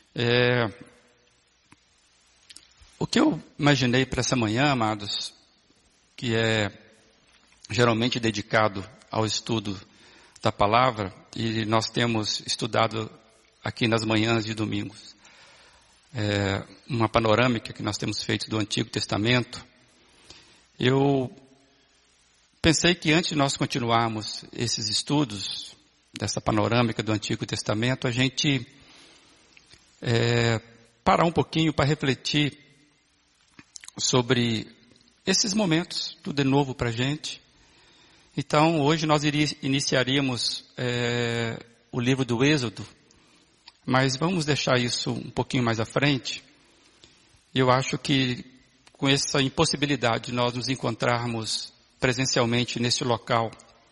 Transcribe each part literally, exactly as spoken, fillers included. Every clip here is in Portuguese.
É, o que eu imaginei para essa manhã, amados, que é geralmente dedicado ao estudo da palavra, e nós temos estudado aqui nas manhãs de domingos, é, uma panorâmica que nós temos feito do Antigo Testamento. Eu pensei que antes de nós continuarmos esses estudos dessa panorâmica do Antigo Testamento, a gente é, parar um pouquinho para refletir sobre esses momentos, tudo é novo para a gente. Então, hoje nós iniciaríamos é, o livro do Êxodo, mas vamos deixar isso um pouquinho mais à frente. Eu acho que com essa impossibilidade de nós nos encontrarmos presencialmente nesse local,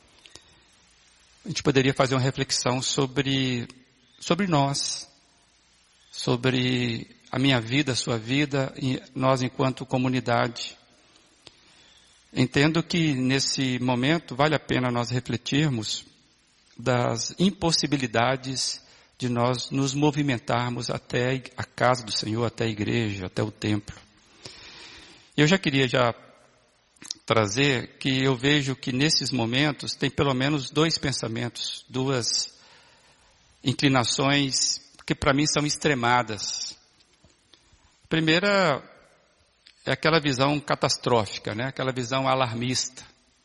a gente poderia fazer uma reflexão sobre, sobre nós, sobre a minha vida, a sua vida, e nós enquanto comunidade. Entendo que nesse momento vale a pena nós refletirmos das impossibilidades de nós nos movimentarmos até a casa do Senhor, até a igreja, até o templo. Eu já queria já trazer que eu vejo que nesses momentos tem pelo menos dois pensamentos, duas inclinações que para mim são extremadas. A primeira é aquela visão catastrófica, né? Aquela visão alarmista.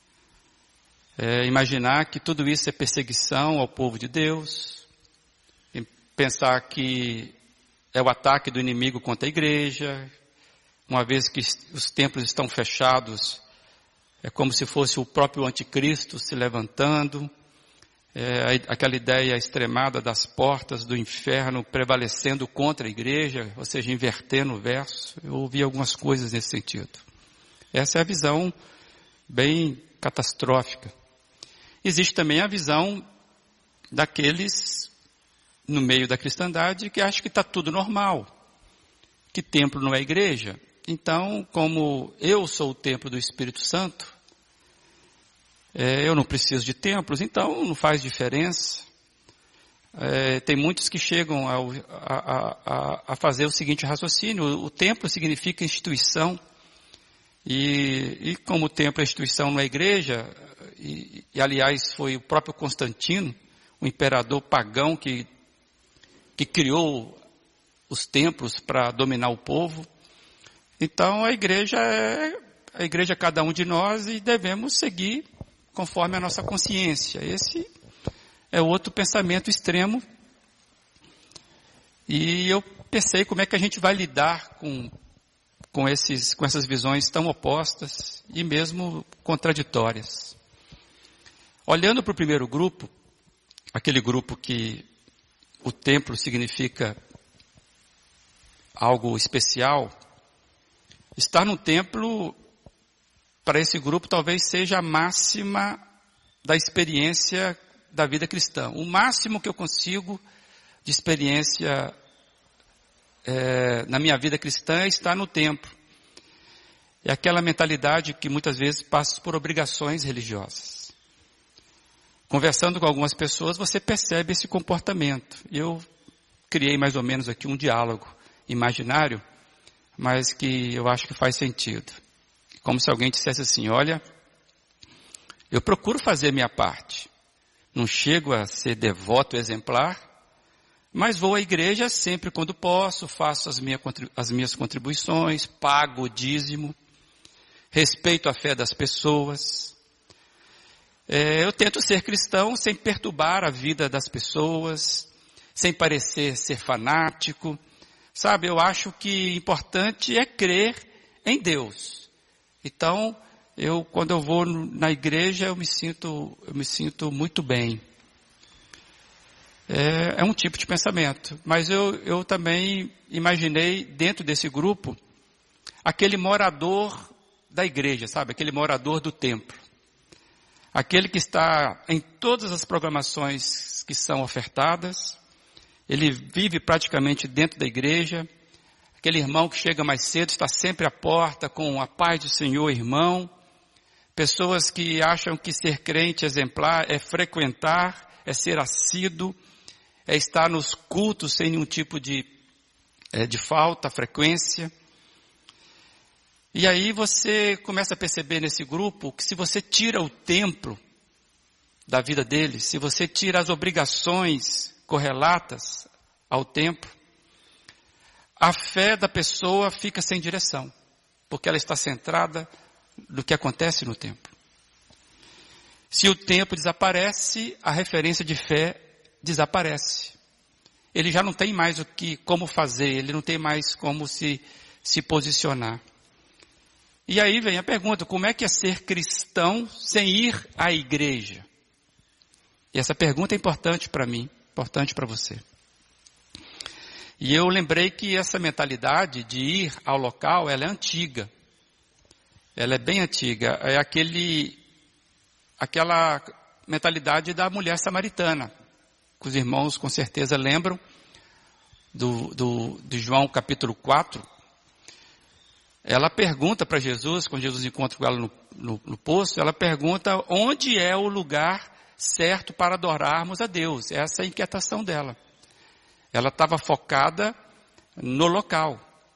É imaginar que tudo isso é perseguição ao povo de Deus, pensar que é o ataque do inimigo contra a igreja, uma vez que os templos estão fechados, é como se fosse o próprio anticristo se levantando, é aquela ideia extremada das portas do inferno prevalecendo contra a igreja, ou seja, invertendo o verso. Eu ouvi algumas coisas nesse sentido. Essa é a visão bem catastrófica. Existe também a visão daqueles no meio da cristandade que acham que está tudo normal, que templo não é igreja. Então, como eu sou o templo do Espírito Santo, é, eu não preciso de templos, então não faz diferença. É, tem muitos que chegam ao, a, a, a fazer o seguinte raciocínio: o, o templo significa instituição, e, e como o templo é instituição não é igreja, e, e aliás foi o próprio Constantino, o imperador pagão que, que criou os templos para dominar o povo. Então a igreja é a igreja é cada um de nós e devemos seguir conforme a nossa consciência. Esse é outro pensamento extremo. E eu pensei como é que a gente vai lidar com, com, esses, com essas visões tão opostas e mesmo contraditórias. Olhando para o primeiro grupo, aquele grupo que o templo significa algo especial, estar no templo, para esse grupo, talvez seja a máxima da experiência da vida cristã. O máximo que eu consigo de experiência é, na minha vida cristã é estar no templo. É aquela mentalidade que muitas vezes passa por obrigações religiosas. Conversando com algumas pessoas, você percebe esse comportamento. Eu criei mais ou menos aqui um diálogo imaginário, mas que eu acho que faz sentido. Como se alguém dissesse assim: olha, eu procuro fazer minha parte. Não chego a ser devoto exemplar, mas vou à igreja sempre quando posso, faço as, minha, as minhas contribuições, pago o dízimo, respeito a fé das pessoas. É, eu tento ser cristão sem perturbar a vida das pessoas, sem parecer ser fanático. Sabe, eu acho que importante é crer em Deus. Então, eu, quando eu vou na igreja, eu me sinto, eu me sinto muito bem. É, é um tipo de pensamento. Mas eu, eu também imaginei, dentro desse grupo, aquele morador da igreja, sabe? Aquele morador do templo. Aquele que está em todas as programações que são ofertadas. Ele vive praticamente dentro da igreja. Aquele irmão que chega mais cedo, está sempre à porta com a paz do Senhor, irmão. Pessoas que acham que ser crente exemplar é frequentar, é ser assíduo, é estar nos cultos sem nenhum tipo de é, de falta, frequência. E aí você começa a perceber nesse grupo que se você tira o templo da vida deles, se você tira as obrigações correlatas ao templo, a fé da pessoa fica sem direção, porque ela está centrada no que acontece no templo. Se o templo desaparece, a referência de fé desaparece. Ele já não tem mais o que, como fazer, ele não tem mais como se, se posicionar. E aí vem a pergunta, como é que é ser cristão sem ir à igreja? E essa pergunta é importante para mim, importante para você. E eu lembrei que essa mentalidade de ir ao local, ela é antiga. Ela é bem antiga. É aquele, aquela mentalidade da mulher samaritana, que os irmãos com certeza lembram, do, do, de João capítulo quatro. Ela pergunta para Jesus, quando Jesus encontra com ela no, no, no poço, ela pergunta onde é o lugar certo para adorarmos a Deus. Essa é a inquietação dela. Ela estava focada no local.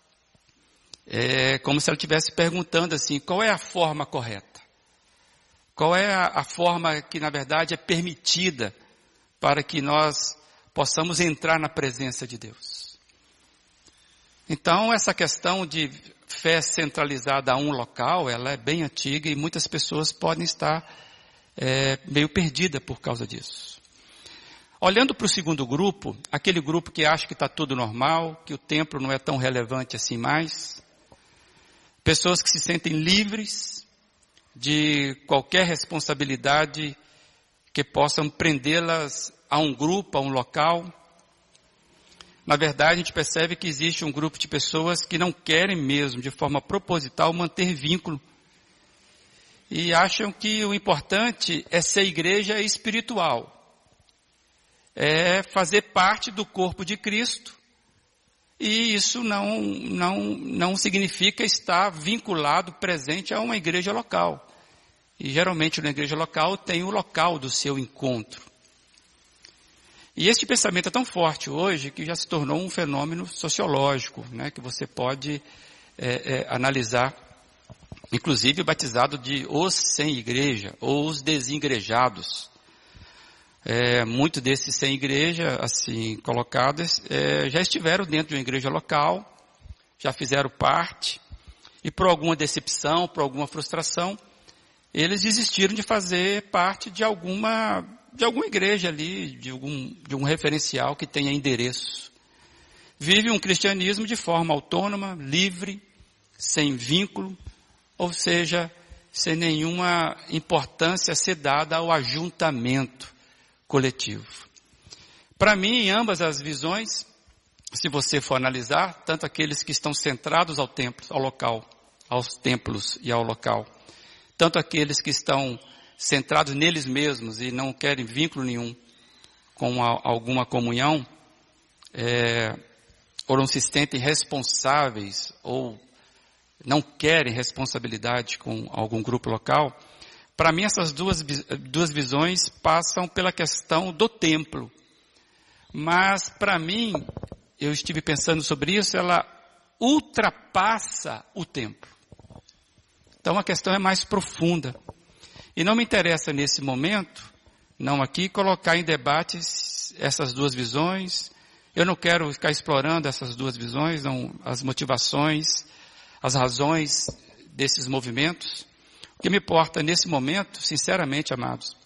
É como se ela estivesse perguntando assim, qual é a forma correta? Qual é a, a forma que na verdade é permitida para que nós possamos entrar na presença de Deus? Então essa questão de fé centralizada a um local, ela é bem antiga e muitas pessoas podem estar é, meio perdidas por causa disso. Olhando para o segundo grupo, aquele grupo que acha que está tudo normal, que o templo não é tão relevante assim mais, pessoas que se sentem livres de qualquer responsabilidade que possam prendê-las a um grupo, a um local. Na verdade, a gente percebe que existe um grupo de pessoas que não querem mesmo, de forma proposital, manter vínculo. E acham que o importante é ser igreja espiritual. É fazer parte do corpo de Cristo. E isso não, não, não significa estar vinculado, presente a uma igreja local. E geralmente na igreja local tem o local do seu encontro. E este pensamento é tão forte hoje que já se tornou um fenômeno sociológico, né, que você pode é, é, analisar, inclusive batizado de os sem igreja, ou os desigrejados. É, muitos desses sem igreja, assim, colocados, é, já estiveram dentro de uma igreja local, já fizeram parte, e por alguma decepção, por alguma frustração, eles desistiram de fazer parte de alguma, de alguma igreja ali, de algum, de um referencial que tenha endereço. Vive um cristianismo de forma autônoma, livre, sem vínculo, ou seja, sem nenhuma importância a ser dada ao ajuntamento coletivo. Para mim, em ambas as visões, se você for analisar, tanto aqueles que estão centrados ao templo, ao local, aos templos e ao local, tanto aqueles que estão centrados neles mesmos e não querem vínculo nenhum com a, alguma comunhão, é, ou não se sentem responsáveis, ou não querem responsabilidade com algum grupo local. Para mim, essas duas, duas visões passam pela questão do templo. Mas, para mim, eu estive pensando sobre isso, ela ultrapassa o templo. Então, a questão é mais profunda. E não me interessa, nesse momento, não aqui, colocar em debate essas duas visões. Eu não quero ficar explorando essas duas visões, não, as motivações, as razões desses movimentos. O que me importa nesse momento, sinceramente, amados,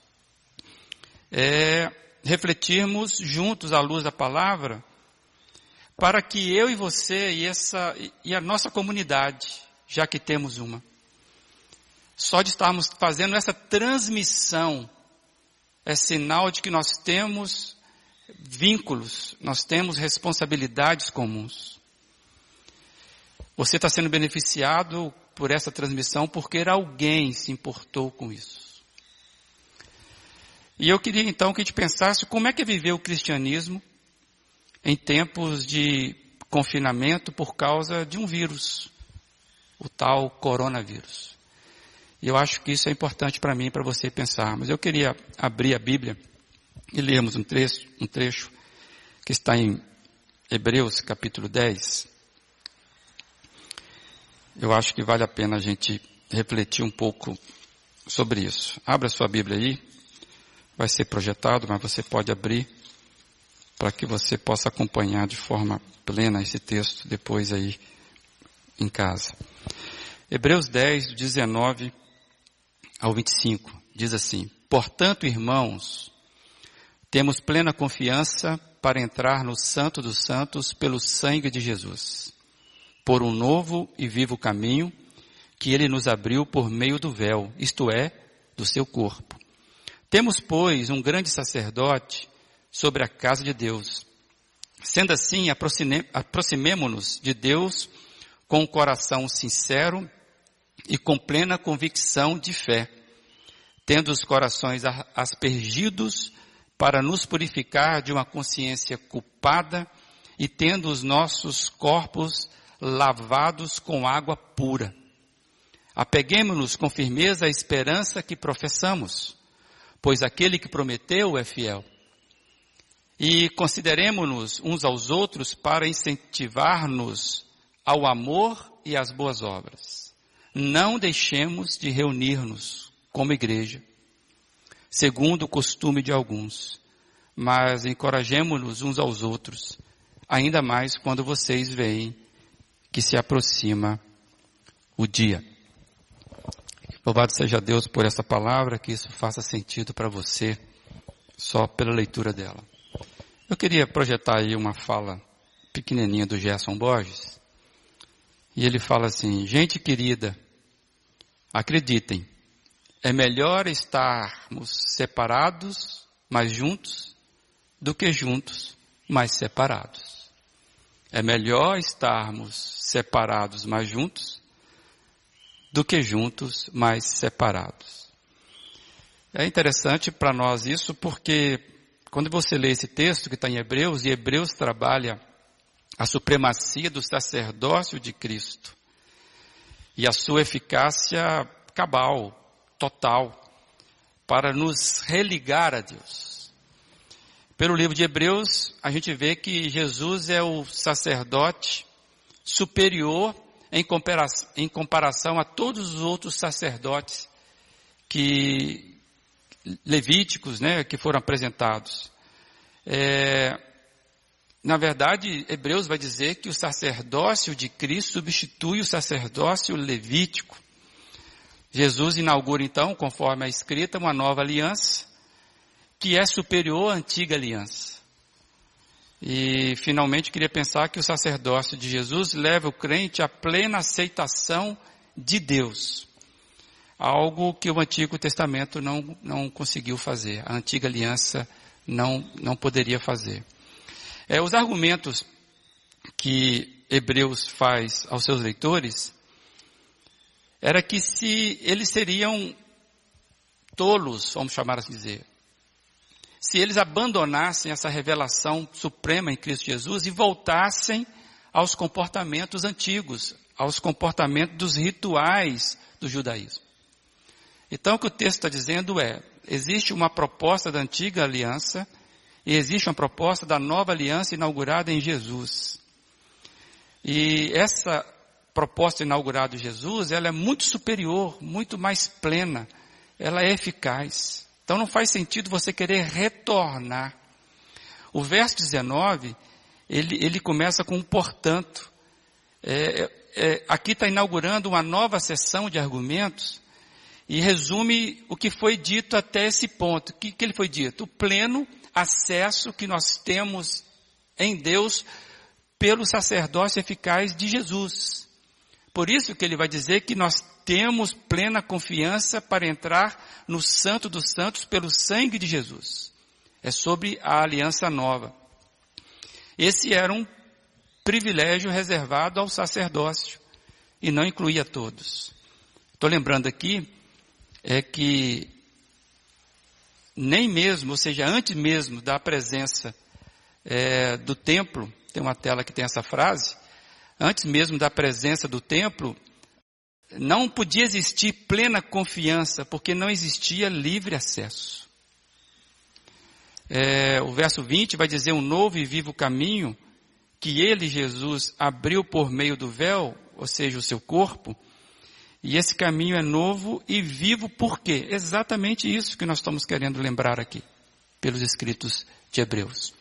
é refletirmos juntos à luz da palavra, para que eu e você e, essa, e a nossa comunidade, já que temos uma, só de estarmos fazendo essa transmissão, é sinal de que nós temos vínculos, nós temos responsabilidades comuns. Você está sendo beneficiado por essa transmissão, porque alguém se importou com isso. E eu queria então que a gente pensasse como é que é viver o cristianismo em tempos de confinamento por causa de um vírus, o tal coronavírus. E eu acho que isso é importante para mim e para você pensar. Mas eu queria abrir a Bíblia e lermos um trecho, um trecho que está em Hebreus capítulo dez, eu acho que vale a pena a gente refletir um pouco sobre isso. Abra sua Bíblia aí, vai ser projetado, mas você pode abrir para que você possa acompanhar de forma plena esse texto depois aí em casa. Hebreus dez, do dezenove ao vinte e cinco, diz assim: portanto, irmãos, temos plena confiança para entrar no Santo dos Santos pelo sangue de Jesus, por um novo e vivo caminho que ele nos abriu por meio do véu, isto é, do seu corpo. Temos, pois, um grande sacerdote sobre a casa de Deus. Sendo assim, aproximemo-nos de Deus com um coração sincero e com plena convicção de fé, tendo os corações aspergidos para nos purificar de uma consciência culpada e tendo os nossos corpos lavados com água pura. Apeguemo-nos com firmeza à esperança que professamos, pois aquele que prometeu é fiel. E consideremo-nos uns aos outros para incentivar-nos ao amor e às boas obras. Não deixemos de reunir-nos como igreja, segundo o costume de alguns, mas encorajemo-nos uns aos outros, ainda mais quando vocês veem que se aproxima o dia. Louvado seja Deus por essa palavra, que isso faça sentido para você, só pela leitura dela. Eu queria projetar aí uma fala pequenininha do Gerson Borges, e ele fala assim: gente querida, acreditem, é melhor estarmos separados, mas juntos, do que juntos, mas separados. É melhor estarmos separados, mas juntos, do que juntos, mas separados. É interessante para nós isso, porque quando você lê esse texto que está em Hebreus, e Hebreus trabalha a supremacia do sacerdócio de Cristo, e a sua eficácia cabal, total, para nos religar a Deus. Pelo livro de Hebreus, a gente vê que Jesus é o sacerdote superior em comparação, em comparação a todos os outros sacerdotes que, levíticos, né, que foram apresentados. É, na verdade, Hebreus vai dizer que o sacerdócio de Cristo substitui o sacerdócio levítico. Jesus inaugura então, conforme a escrita, uma nova aliança, que é superior à antiga aliança. E, finalmente, queria pensar que o sacerdócio de Jesus leva o crente à plena aceitação de Deus. Algo que o Antigo Testamento não, não conseguiu fazer. A antiga aliança não, não poderia fazer. É, os argumentos que Hebreus faz aos seus leitores era que se eles seriam tolos, vamos chamar assim dizer, se eles abandonassem essa revelação suprema em Cristo Jesus e voltassem aos comportamentos antigos, aos comportamentos dos rituais do judaísmo. Então o que o texto está dizendo é, existe uma proposta da antiga aliança e existe uma proposta da nova aliança inaugurada em Jesus. E essa proposta inaugurada em Jesus, ela é muito superior, muito mais plena, ela é eficaz. Então não faz sentido você querer retornar. O verso dezenove, ele, ele começa com um portanto. É, é, aqui está inaugurando uma nova sessão de argumentos e resume o que foi dito até esse ponto. O que, que ele foi dito? O pleno acesso que nós temos em Deus pelo sacerdócio eficaz de Jesus. Por isso que ele vai dizer que nós temos plena confiança para entrar no Santo dos Santos pelo sangue de Jesus. É sobre a aliança nova. Esse era um privilégio reservado ao sacerdócio e não incluía todos. Estou lembrando aqui é que nem mesmo, ou seja, antes mesmo da presença é, do templo, tem uma tela que tem essa frase, antes mesmo da presença do templo, não podia existir plena confiança, porque não existia livre acesso. É, o verso vinte vai dizer um novo e vivo caminho que ele, Jesus, abriu por meio do véu, ou seja, o seu corpo, e esse caminho é novo e vivo por quê? Exatamente isso que nós estamos querendo lembrar aqui, pelos escritos de Hebreus.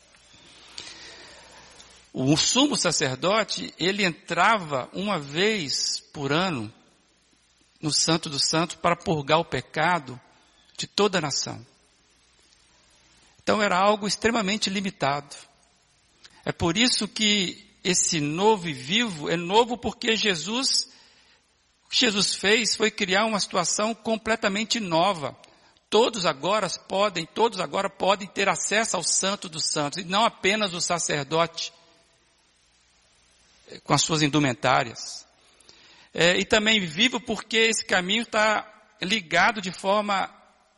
O sumo sacerdote, ele entrava uma vez por ano no Santo dos Santos para purgar o pecado de toda a nação. Então era algo extremamente limitado. É por isso que esse novo e vivo é novo porque Jesus, o que Jesus fez foi criar uma situação completamente nova. Todos agora podem, todos agora podem ter acesso ao Santo dos Santos, e não apenas o sacerdote com as suas indumentárias. É, e também vivo porque esse caminho está ligado de forma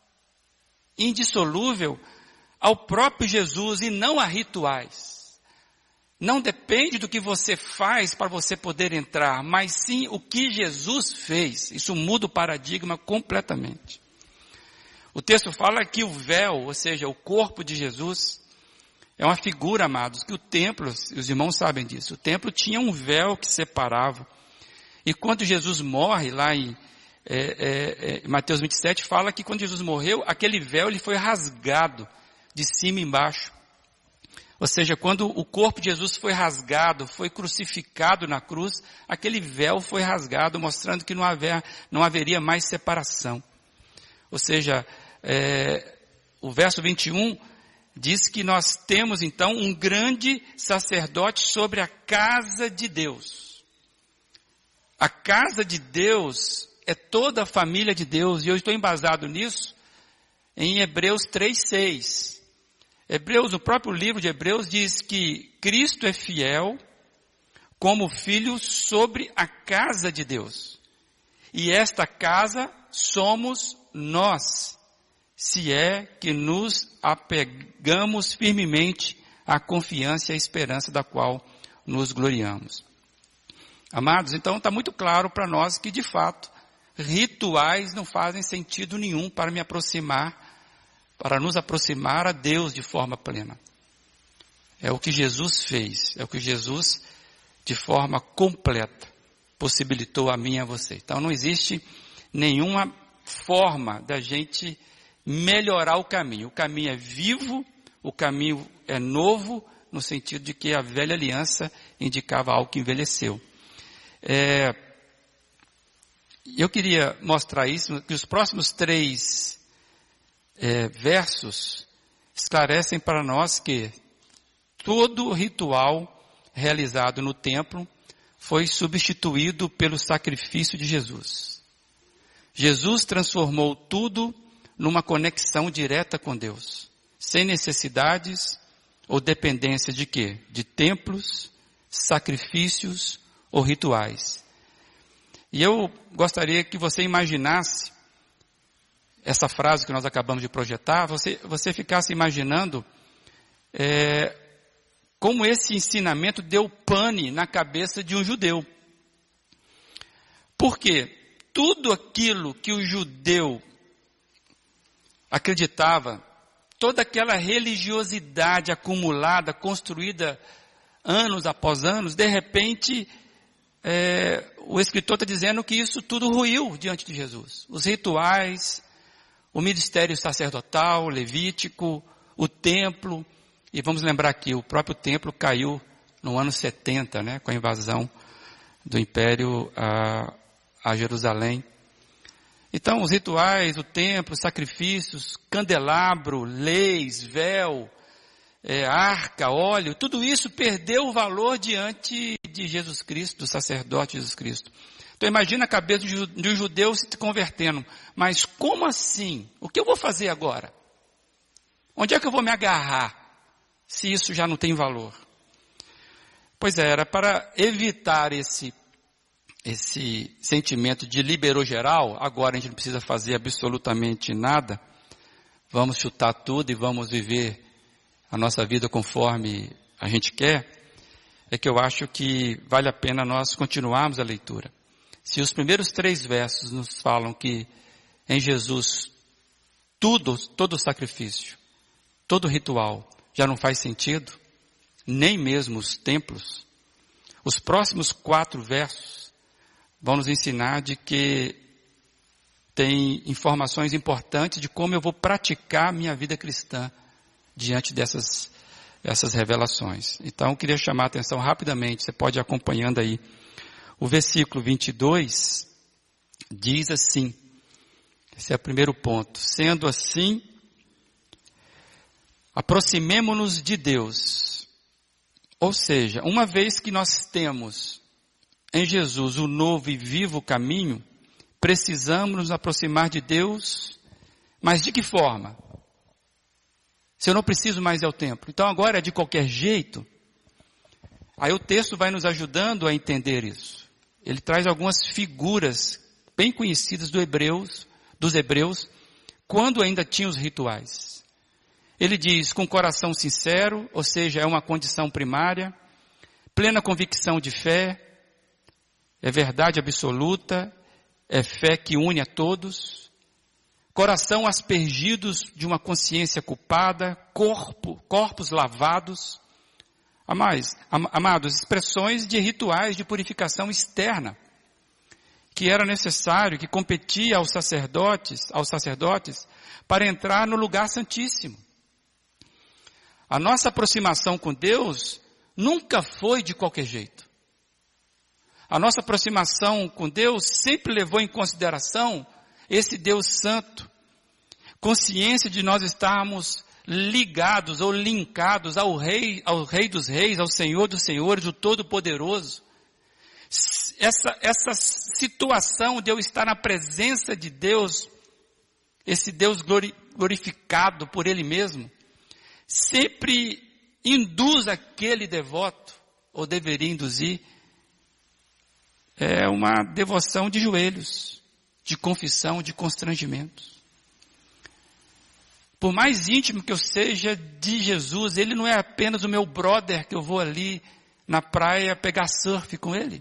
indissolúvel ao próprio Jesus e não a rituais. Não depende do que você faz para você poder entrar, mas sim o que Jesus fez. Isso muda o paradigma completamente. O texto fala que o véu, ou seja, o corpo de Jesus, é uma figura, amados, que o templo, os irmãos sabem disso, o templo tinha um véu que separava. E quando Jesus morre, lá em é, é, é, Mateus vinte e sete, fala que quando Jesus morreu, aquele véu ele foi rasgado de cima e embaixo. Ou seja, quando o corpo de Jesus foi rasgado, foi crucificado na cruz, aquele véu foi rasgado, mostrando que não, haver, não haveria mais separação. Ou seja, é, o verso vinte e um diz que nós temos então um grande sacerdote sobre a casa de Deus. A casa de Deus é toda a família de Deus, e eu estou embasado nisso em Hebreus três, seis. Hebreus, o próprio livro de Hebreus diz que Cristo é fiel como filho sobre a casa de Deus. E esta casa somos nós, se é que nos apegamos firmemente à confiança e à esperança da qual nos gloriamos. Amados, então está muito claro para nós que de fato rituais não fazem sentido nenhum para me aproximar, para nos aproximar a Deus de forma plena. É o que Jesus fez, é o que Jesus de forma completa possibilitou a mim e a você. Então não existe nenhuma forma da gente melhorar o caminho. O caminho é vivo, o caminho é novo, no sentido de que a velha aliança indicava algo que envelheceu. É, eu queria mostrar isso, que os próximos três é, versos esclarecem para nós que todo ritual realizado no templo foi substituído pelo sacrifício de Jesus. Jesus transformou tudo numa conexão direta com Deus, sem necessidades ou dependência de quê? De templos, sacrifícios ou rituais. E eu gostaria que você imaginasse essa frase que nós acabamos de projetar, você, você ficasse imaginando é, como esse ensinamento deu pane na cabeça de um judeu. Por quê? Tudo aquilo que o judeu acreditava, toda aquela religiosidade acumulada, construída anos após anos, de repente, é, o escritor está dizendo que isso tudo ruiu diante de Jesus. Os rituais, o ministério sacerdotal, levítico, o templo, e vamos lembrar que o próprio templo caiu no ano setenta, né, com a invasão do império a, a Jerusalém. Então, os rituais, o templo, sacrifícios, candelabro, leis, véu, é, arca, óleo, tudo isso perdeu o valor diante de Jesus Cristo, do sacerdote Jesus Cristo. Então, imagina a cabeça de um judeu se convertendo. Mas como assim? O que eu vou fazer agora? Onde é que eu vou me agarrar, se isso já não tem valor? Pois é, era para evitar esse esse sentimento de liberou geral, agora a gente não precisa fazer absolutamente nada, vamos chutar tudo e vamos viver a nossa vida conforme a gente quer, é que eu acho que vale a pena nós continuarmos a leitura. Se os primeiros três versos nos falam que em Jesus tudo, todo sacrifício, todo ritual já não faz sentido, nem mesmo os templos. Os próximos quatro versos vão nos ensinar de que tem informações importantes de como eu vou praticar minha vida cristã diante dessas, dessas revelações. Então, eu queria chamar a atenção rapidamente, você pode ir acompanhando aí. O versículo vinte e dois diz assim, esse é o primeiro ponto: sendo assim, aproximemo-nos de Deus. Ou seja, uma vez que nós temos em Jesus o novo e vivo caminho, precisamos nos aproximar de Deus, mas de que forma? Se eu não preciso mais ir ao templo, então agora é de qualquer jeito? Aí o texto vai nos ajudando a entender isso. Ele traz algumas figuras bem conhecidas do Hebreus, dos hebreus, quando ainda tinham os rituais. Ele diz, com coração sincero, ou seja, é uma condição primária, plena convicção de fé, é verdade absoluta, é fé que une a todos, coração aspergidos de uma consciência culpada, corpo, corpos lavados, a mais, amados, expressões de rituais de purificação externa, que era necessário, que competia aos sacerdotes, aos sacerdotes, para entrar no lugar santíssimo. A nossa aproximação com Deus nunca foi de qualquer jeito. A nossa aproximação com Deus sempre levou em consideração esse Deus santo, consciência de nós estarmos ligados ou linkados ao Rei, ao Rei dos Reis, ao Senhor dos Senhores, o Todo-Poderoso. Essa, essa situação de eu estar na presença de Deus, esse Deus glori, glorificado por Ele mesmo, sempre induz aquele devoto, ou deveria induzir, é uma devoção de joelhos, de confissão, de constrangimentos. Por mais íntimo que eu seja de Jesus, Ele não é apenas o meu brother que eu vou ali na praia pegar surf com Ele.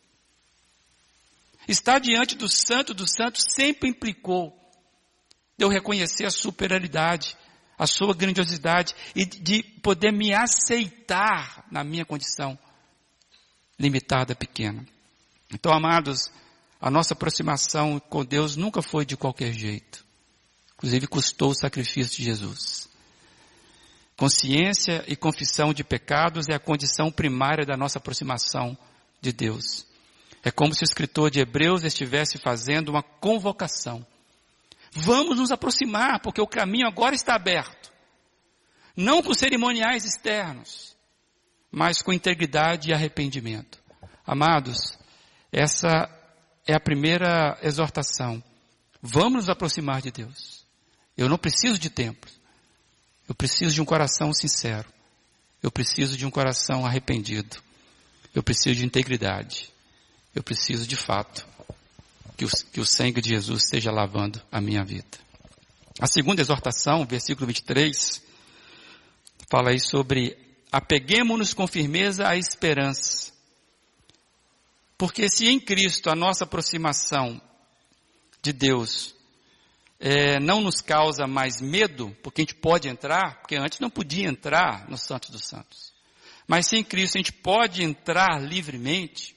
Estar diante do Santo dos Santos sempre implicou de eu reconhecer a superioridade, a sua grandiosidade e de poder me aceitar na minha condição limitada, pequena. Então, amados, a nossa aproximação com Deus nunca foi de qualquer jeito. Inclusive custou o sacrifício de Jesus. Consciência e confissão de pecados é a condição primária da nossa aproximação de Deus. É como se o escritor de Hebreus estivesse fazendo uma convocação. Vamos nos aproximar, porque o caminho agora está aberto. Não com cerimoniais externos, mas com integridade e arrependimento. Amados, essa é a primeira exortação. Vamos nos aproximar de Deus. Eu não preciso de templos. Eu preciso de um coração sincero. Eu preciso de um coração arrependido. Eu preciso de integridade. Eu preciso de fato que o, que o sangue de Jesus esteja lavando a minha vida. A segunda exortação, versículo vinte e três, fala aí sobre apeguemo-nos com firmeza à esperança. Porque se em Cristo a nossa aproximação de Deus é, não nos causa mais medo, porque a gente pode entrar, porque antes não podia entrar no Santo dos Santos. Mas se em Cristo a gente pode entrar livremente,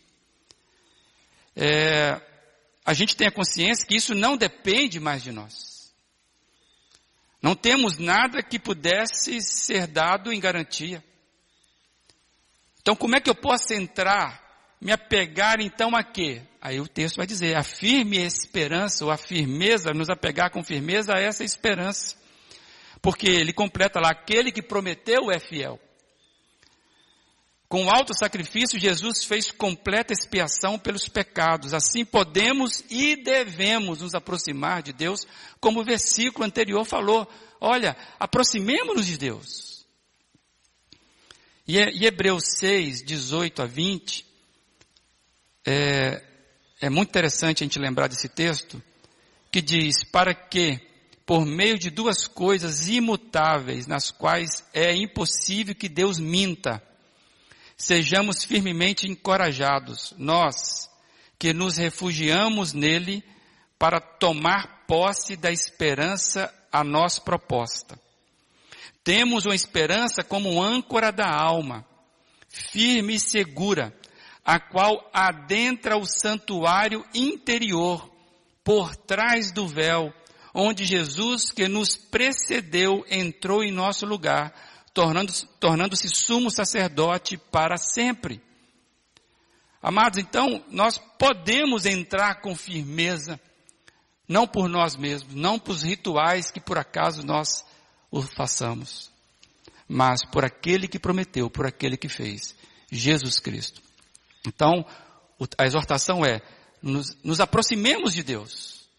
é, a gente tem a consciência que isso não depende mais de nós. Não temos nada que pudesse ser dado em garantia. Então como é que eu posso entrar, me apegar então a quê? Aí o texto vai dizer, a firme esperança, ou a firmeza, nos apegar com firmeza a essa esperança. Porque ele completa lá, aquele que prometeu é fiel. Com o alto sacrifício, Jesus fez completa expiação pelos pecados. Assim podemos e devemos nos aproximar de Deus, como o versículo anterior falou. Olha, aproximemo-nos de Deus. E Hebreus seis, dezoito a vinte, é, é muito interessante a gente lembrar desse texto, que diz, para que, por meio de duas coisas imutáveis, nas quais é impossível que Deus minta, sejamos firmemente encorajados, nós que nos refugiamos nele para tomar posse da esperança a nós proposta. Temos uma esperança como âncora da alma, firme e segura, a qual adentra o santuário interior, por trás do véu, onde Jesus, que nos precedeu, entrou em nosso lugar, tornando-se, tornando-se sumo sacerdote para sempre. Amados, então, nós podemos entrar com firmeza, não por nós mesmos, não por rituais que por acaso nós o façamos, mas por aquele que prometeu, por aquele que fez, Jesus Cristo. Então, a exortação é, nos, nos aproximemos de Deus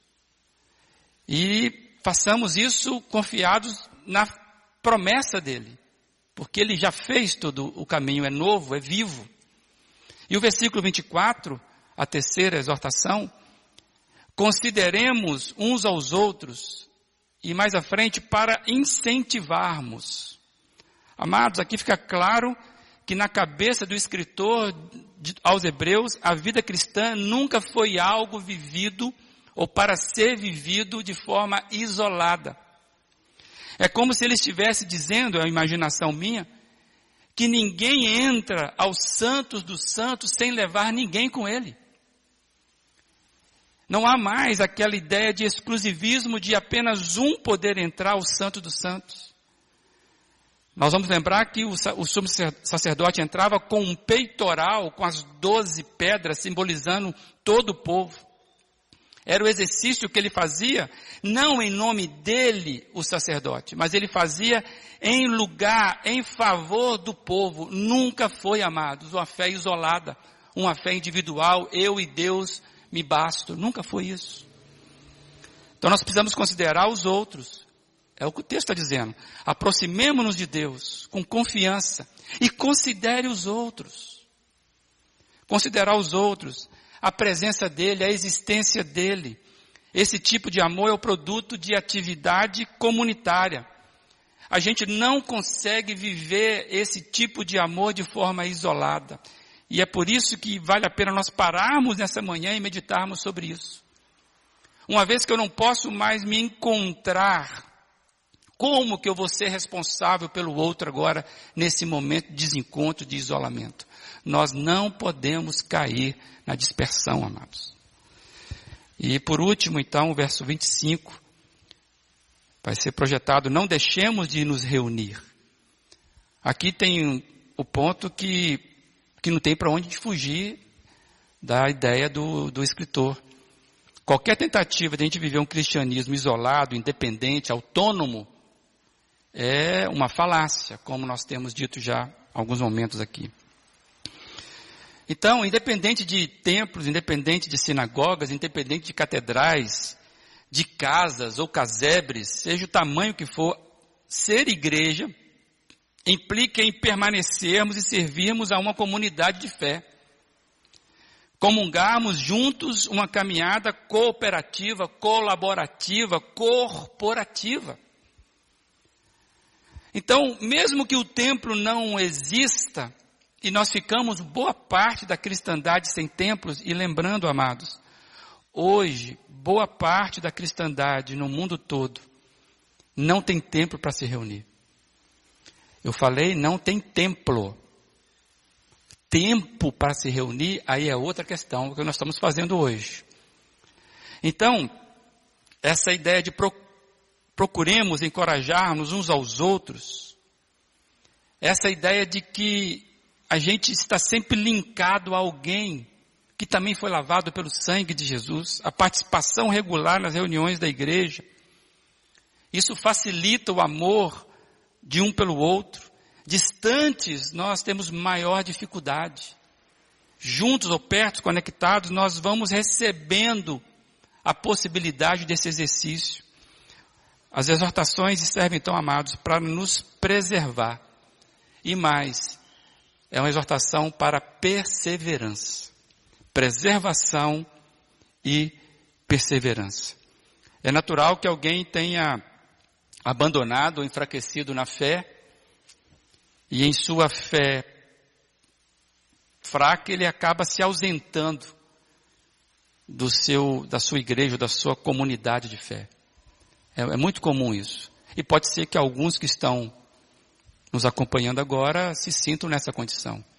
e façamos isso confiados na promessa dele, porque ele já fez todo o caminho, é novo, é vivo. E o versículo vinte e quatro, a terceira exortação, consideremos uns aos outros, e mais à frente, para incentivarmos. Amados, aqui fica claro que na cabeça do escritor de, aos Hebreus, a vida cristã nunca foi algo vivido ou para ser vivido de forma isolada. É como se ele estivesse dizendo, é a imaginação minha, que ninguém entra aos santos dos santos sem levar ninguém com ele. Não há mais aquela ideia de exclusivismo de apenas um poder entrar ao santo dos santos. Nós vamos lembrar que o, o sumo sacerdote entrava com um peitoral, com as doze pedras, simbolizando todo o povo. Era o exercício que ele fazia, não em nome dele, o sacerdote, mas ele fazia em lugar, em favor do povo. Nunca foi, amados, uma fé isolada, uma fé individual, eu e Deus me basto. Nunca foi isso. Então nós precisamos considerar os outros. É o que o texto está dizendo. Aproximemo-nos de Deus com confiança e considere os outros. Considerar os outros. A presença dele, a existência dele. Esse tipo de amor é o produto de atividade comunitária. A gente não consegue viver esse tipo de amor de forma isolada. E é por isso que vale a pena nós pararmos nessa manhã e meditarmos sobre isso. Uma vez que eu não posso mais me encontrar, como que eu vou ser responsável pelo outro agora, nesse momento de desencontro, de isolamento? Nós não podemos cair na dispersão, amados. E por último, então, o verso vinte e cinco, vai ser projetado, não deixemos de nos reunir. Aqui tem o ponto que, que não tem para onde fugir da ideia do, do escritor. Qualquer tentativa de a gente viver um cristianismo isolado, independente, autônomo, é uma falácia, como nós temos dito já há alguns momentos aqui. Então, independente de templos, independente de sinagogas, independente de catedrais, de casas ou casebres, seja o tamanho que for, ser igreja implica em permanecermos e servirmos a uma comunidade de fé. Comungarmos juntos uma caminhada cooperativa, colaborativa, corporativa. Então, mesmo que o templo não exista, e nós ficamos boa parte da cristandade sem templos, e lembrando, amados, hoje, boa parte da cristandade no mundo todo não tem templo para se reunir. Eu falei, não tem templo. Tempo para se reunir, aí é outra questão, o que nós estamos fazendo hoje. Então, essa ideia de pro, procuremos encorajarmos uns aos outros, essa ideia de que a gente está sempre linkado a alguém que também foi lavado pelo sangue de Jesus, a participação regular nas reuniões da igreja, isso facilita o amor de um pelo outro. Distantes, nós temos maior dificuldade. Juntos ou perto, conectados, nós vamos recebendo a possibilidade desse exercício. As exortações servem, então, amados, para nos preservar. E mais, é uma exortação para perseverança. Preservação e perseverança. É natural que alguém tenha abandonado ou enfraquecido na fé, e em sua fé fraca ele acaba se ausentando do seu, da sua igreja, da sua comunidade de fé. É, é muito comum isso. E pode ser que alguns que estão nos acompanhando agora se sintam nessa condição.